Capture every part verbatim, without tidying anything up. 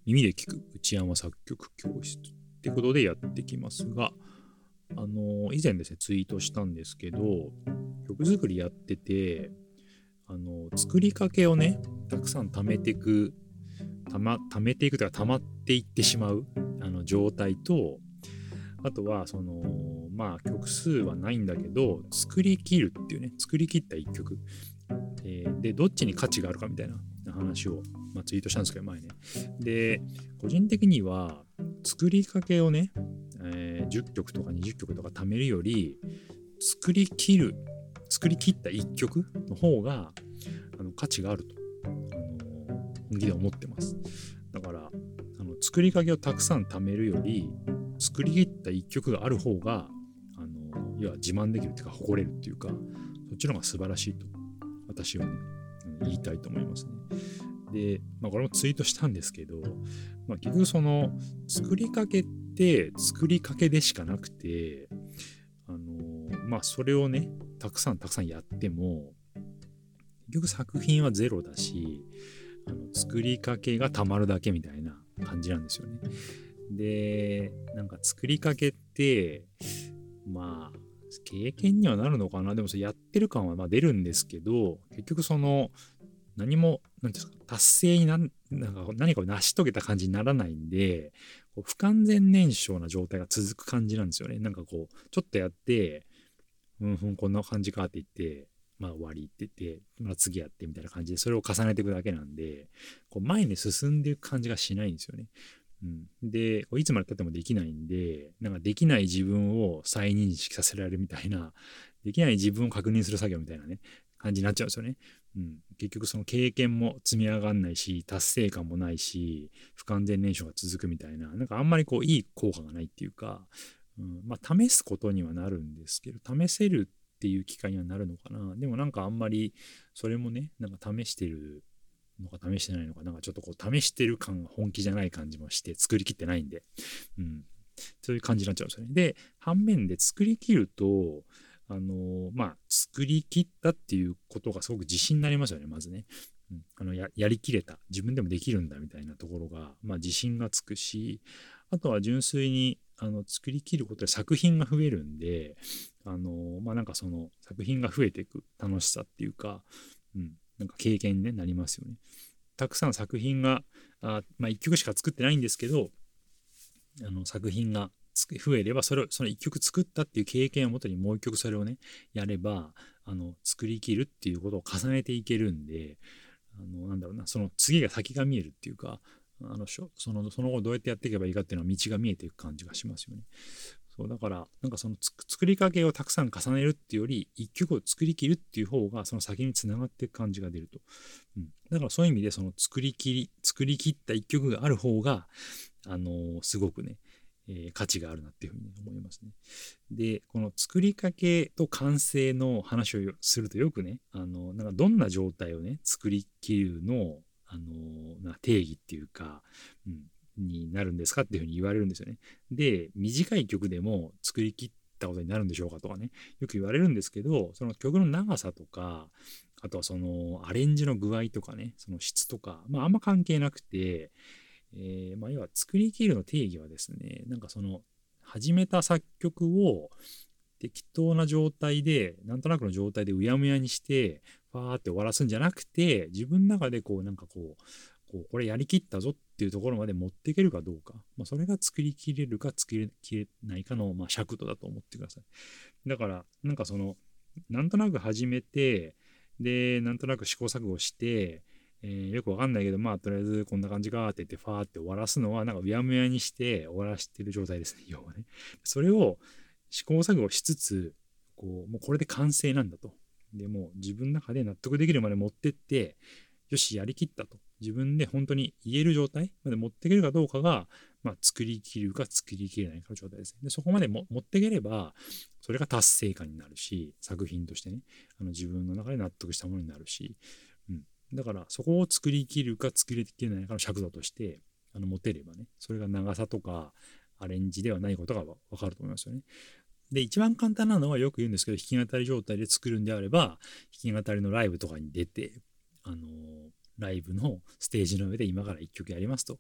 耳で聞く内山作曲教室ってことでやってきますが、あの以前ですねツイートしたんですけど、曲作りやってて、あの作りかけをねたくさん貯めていくたま貯めていくというか溜まっていってしまうあの状態と、あとはそのまあ曲数はないんだけど作り切るっていうね、作り切った一曲、えーでどっちに価値があるかみたいな話を、まあ、ツイートしたんですけど前ね。で個人的には作りかけをね、えーじゅっきょくとかにじゅっきょくとか貯めるより作り切る作り切ったいっきょくの方があの価値があると、あの本気で思ってます。だからあの作りかけをたくさん貯めるより作り切ったいっきょくがある方があの要は自慢できるっていうか誇れるっていうか、そっちの方が素晴らしいと私はね言いたいと思いますね。で、まあ、これもツイートしたんですけど、まあ、結局その作りかけって作りかけでしかなくて、あのまあそれをねたくさんたくさんやっても結局作品はゼロだし、あの作りかけがたまるだけみたいな感じなんですよね。でなんか作りかけってまあ経験にはなるのかな、でもそれやってる感はまあ出るんですけど、結局その何も何ていうんですか達成にななんか何かを成し遂げた感じにならないんで、こう不完全燃焼な状態が続く感じなんですよね。なんかこうちょっとやってうんふんこんな感じかって言ってまあ終わりって言ってまあ次やってみたいな感じでそれを重ねていくだけなんで、こう前に進んでいく感じがしないんですよね。うん、でいつまでたってもできないんで、なんかできない自分を再認識させられるみたいな、できない自分を確認する作業みたいなね感じになっちゃうんですよね。うん、結局その経験も積み上がんないし達成感もないし不完全燃焼が続くみたいな、なんかあんまりこういい効果がないっていうか、うん、まあ試すことにはなるんですけど試せるっていう機会にはなるのかな。でもなんかあんまりそれもねなんか試してるのか試してないのか、なんかちょっとこう試してる感が本気じゃない感じもして作りきってないんで、うん、そういう感じになっちゃうんですよね。で反面で作りきるとあのー、まあ作りきったっていうことがすごく自信になりますよね。まずね、うん、あの や, やりきれた自分でもできるんだみたいなところが、まあ、自信がつくし、あとは純粋にあの作りきることで作品が増えるんで、あのー、まあなんかその作品が増えていく楽しさっていうか、うんなんか経験に、ね、なりますよね。たくさん作品があ、まあ、いっきょくしか作ってないんですけど、あの作品が増えればそれをそのいっきょく作ったっていう経験をもとにもういっきょくそれをねやればあの作りきるっていうことを重ねていけるんで、あのなんだろうな、その次が先が見えるっていうか、あのそのその後どうやってやっていけばいいかっていうのは道が見えていく感じがしますよね。そうだからなんかその作りかけをたくさん重ねるっていうより一曲を作り切るっていう方がその先につながっていく感じが出ると、うん、だからそういう意味でその作り切り作り切った一曲がある方があのー、すごくね、えー、価値があるなっていうふうに思いますね。でこの作りかけと完成の話をするとよくね、あのなんかどんな状態をね作り切るのあのな定義っていうか、うん、になるんですかっていうふうに言われるんですよね。で短い曲でも作り切ったことになるんでしょうかとかねよく言われるんですけど、その曲の長さとかあとはそのアレンジの具合とかねその質とか、まあ、あんま関係なくて、えーまあ、要は作り切るの定義はですね、なんかその始めた作曲を適当な状態でなんとなくの状態でうやむやにしてファーって終わらすんじゃなくて、自分の中でこうなんかこうこうこれやりきったぞっていうところまで持っていけるかどうか、まあ、それが作りきれるか作りきれないかの、まあ、尺度だと思ってください。だからなんかそのなんとなく始めてでなんとなく試行錯誤してえー、よくわかんないけどまあとりあえずこんな感じかって言ってファーって終わらすのはなんかうやむやにして終わらしてる状態ですね、要はね。それを試行錯誤しつつこうもうこれで完成なんだと、でも自分の中で納得できるまで持ってってよしやりきったと自分で本当に言える状態まで持っていけるかどうかが、まあ、作りきるか作りきれないかの状態ですね。でそこまでも持っていければそれが達成感になるし作品としてねあの自分の中で納得したものになるし、うん、だからそこを作りきるか作りきれないかの尺度としてあの持てればね、それが長さとかアレンジではないことが分かると思いますよね。で一番簡単なのはよく言うんですけど、弾き語り状態で作るんであれば弾き語りのライブとかに出て、あのー、ライブのステージの上で今からいっきょくやりますと。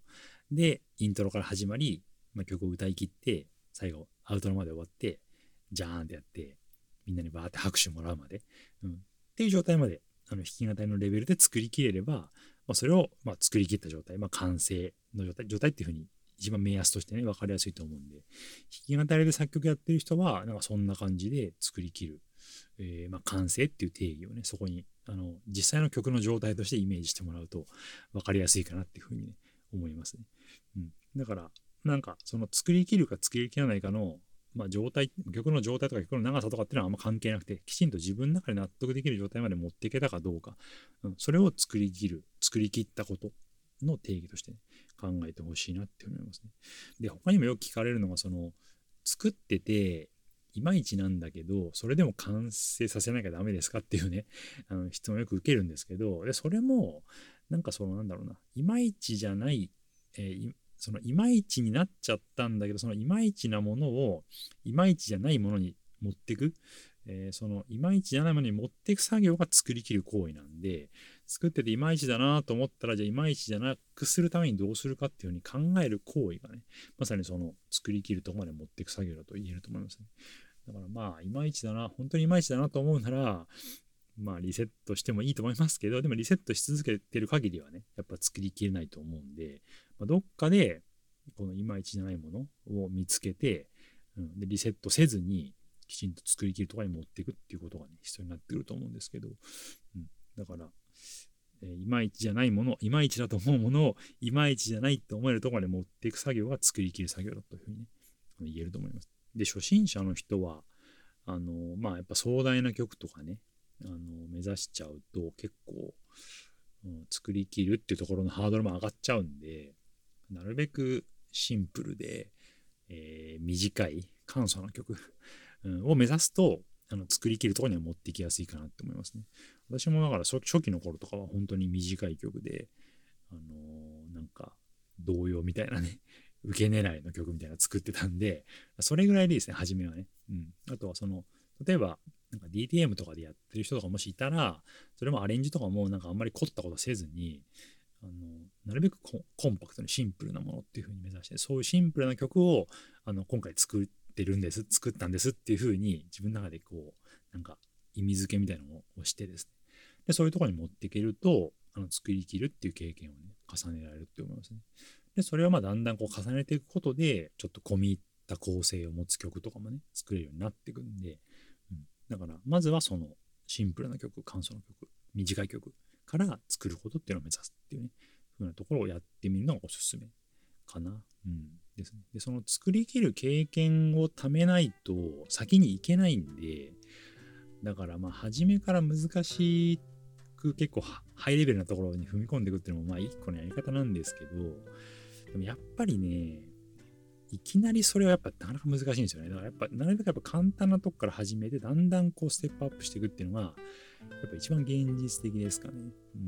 で、イントロから始まり、まあ、曲を歌い切って、最後、アウトロまで終わって、ジャーンってやって、みんなにバーって拍手もらうまで、うん、っていう状態まで、あの弾き語りのレベルで作りきれれば、まあ、それをまあ作り切った状態、まあ、完成の状態、状態っていうふうに一番目安としてね、分かりやすいと思うんで、弾き語りで作曲やってる人は、なんかそんな感じで作り切る、えーまあ、完成っていう定義をね、そこに、あの、実際の曲の状態としてイメージしてもらうと分かりやすいかなっていうふうにね、思いますね。うん。だから、なんか、その作り切るか作り切らないかの、まあ、状態、曲の状態とか曲の長さとかっていうのはあんま関係なくて、きちんと自分の中で納得できる状態まで持っていけたかどうか、うん、それを作り切る、作り切ったことの定義として、ね、考えてほしいなって思いますね。で、他にもよく聞かれるのが、その、作ってて、いまいちなんだけど、それでも完成させなきゃダメですかっていうね、あの質問をよく受けるんですけど、で、それも、なんかその、なんだろうな、いまいちじゃない、えーそのいまいちになっちゃったんだけど、そのいまいちなものをいまいちじゃないものに持っていく、えー、そのいまいちじゃないものに持っていく作業が作りきる行為なんで、作ってていまいちだなと思ったら、じゃあいまいちじゃなくするためにどうするかっていうふうに考える行為がね、まさにその作りきるところまで持っていく作業だと言えると思いますね。だからまあ、いまいちだな、本当にいまいちだなと思うなら、まあリセットしてもいいと思いますけど、でもリセットし続けてる限りはね、やっぱ作りきれないと思うんで、まあ、どっかでこのいまいちじゃないものを見つけて、うん、でリセットせずにきちんと作りきるとかに持っていくっていうことがね、必要になってくると思うんですけど、うん、だから、えー、いまいちじゃないもの、いまいちだと思うものをいまいちじゃないと思えるところまで持っていく作業が作りきる作業だというふうにね、言えると思います。で、初心者の人は、あの、まあやっぱ壮大な曲とかね、あの目指しちゃうと結構、うん、作りきるっていうところのハードルも上がっちゃうんで、なるべくシンプルで、えー、短い簡素な曲、うん、を目指すとあの作りきるところには持っていきやすいかなって思いますね。私もだから初期の頃とかは本当に短い曲で、あのー、なんか童謡みたいなね受け狙いの曲みたいなの作ってたんで、それぐらいでいいですね、初めはね。うん、あとはその例えばなんか ディーティーエム とかでやってる人とかもしいたら、それもアレンジとかもなんかあんまり凝ったことせずに、あのなるべく コ, コンパクトにシンプルなものっていう風に目指して、そういうシンプルな曲をあの今回作ってるんです、作ったんですっていう風に自分の中でこうなんか意味付けみたいなのをしてですね、でそういうところに持っていけると、あの作りきるっていう経験をね重ねられるって思いますね。でそれをまあだんだんこう重ねていくことで、ちょっと込み入った構成を持つ曲とかもね作れるようになっていくんで、うん、だからまずはそのシンプルな曲、簡素な曲、短い曲から作ることっていうのを目指すっていうね、ふうなところをやってみるのがおすすめかな。うん。ですね。で、その作りきる経験をためないと先に行けないんで、だからまあ初めから難しく結構ハイレベルなところに踏み込んでいくっていうのもまあ一個のやり方なんですけど、でもやっぱりね、いきなりそれはやっぱなかなか難しいんですよね。だからやっぱなるべくやっぱ簡単なとこから始めて、だんだんこうステップアップしていくっていうのが、やっぱ一番現実的ですかね。うん。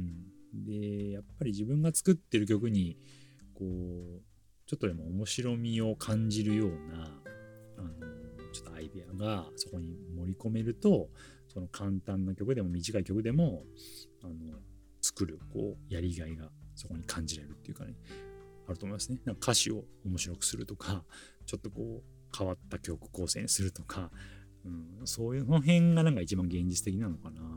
で、やっぱり自分が作ってる曲に、こう、ちょっとでも面白みを感じるような、あの、ちょっとアイデアがそこに盛り込めると、その簡単な曲でも短い曲でも、あの、作る、こう、やりがいがそこに感じられるっていうかね、あると思いますね。なんか歌詞を面白くするとか、ちょっとこう変わった曲構成にするとか、うん、そういうの辺がなんか一番現実的なのかな。うん、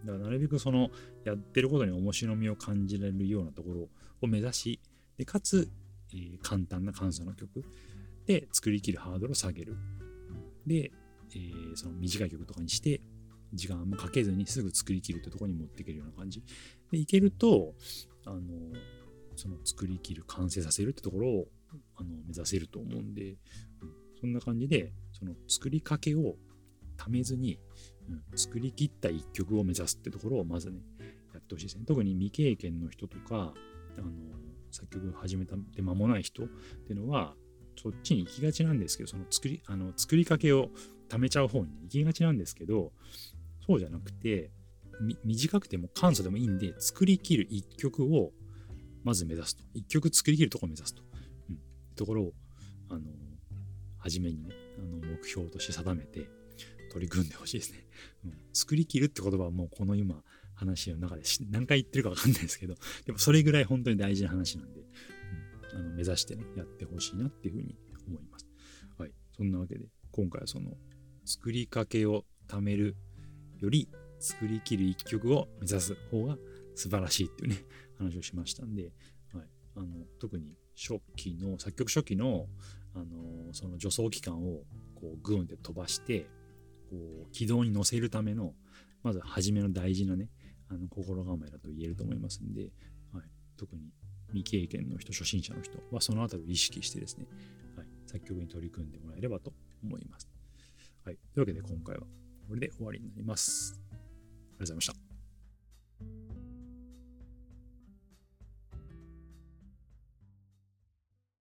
だからなるべくそのやってることに面白みを感じられるようなところを目指し、でかつ、えー、簡単な簡素な曲で作りきるハードルを下げる。で、えー、その短い曲とかにして時間もかけずにすぐ作りきるってところに持っていけるような感じでいけると、あのその作りきる、完成させるってところをあの目指せると思うんで、うん、そんな感じでその作りかけをためずに、うん、作りきった一曲を目指すってところをまずねやってほしいですね。特に未経験の人とか、あの作曲始めたで間もない人っていうのはそっちに行きがちなんですけど、その作りあの作りかけをためちゃう方に、ね、行きがちなんですけど、そうじゃなくて短くても簡素でもいいんで、作りきる一曲をまず目指すと。一曲作りきるところを目指すと。うん。ところを、あの、初めにね、あの目標として定めて取り組んでほしいですね。うん。作りきるって言葉はもうこの今話の中で何回言ってるか分かんないですけど、でもそれぐらい本当に大事な話なんで、うん、 あの目指してね、やってほしいなっていうふうに思います。はい。そんなわけで、今回はその作りかけを貯めるより作りきる一曲を目指す方が素晴らしいっていうね、話をしましたんで、はい。あの、特に初期の、作曲初期の、あの、その助走期間をこうグーンって飛ばして、こう軌道に乗せるための、まず初めの大事なね、あの心構えだと言えると思いますんで、はい、特に未経験の人、初心者の人はそのあたりを意識してですね、はい、作曲に取り組んでもらえればと思います。はい、というわけで今回はこれで終わりになります。ありがとうございました。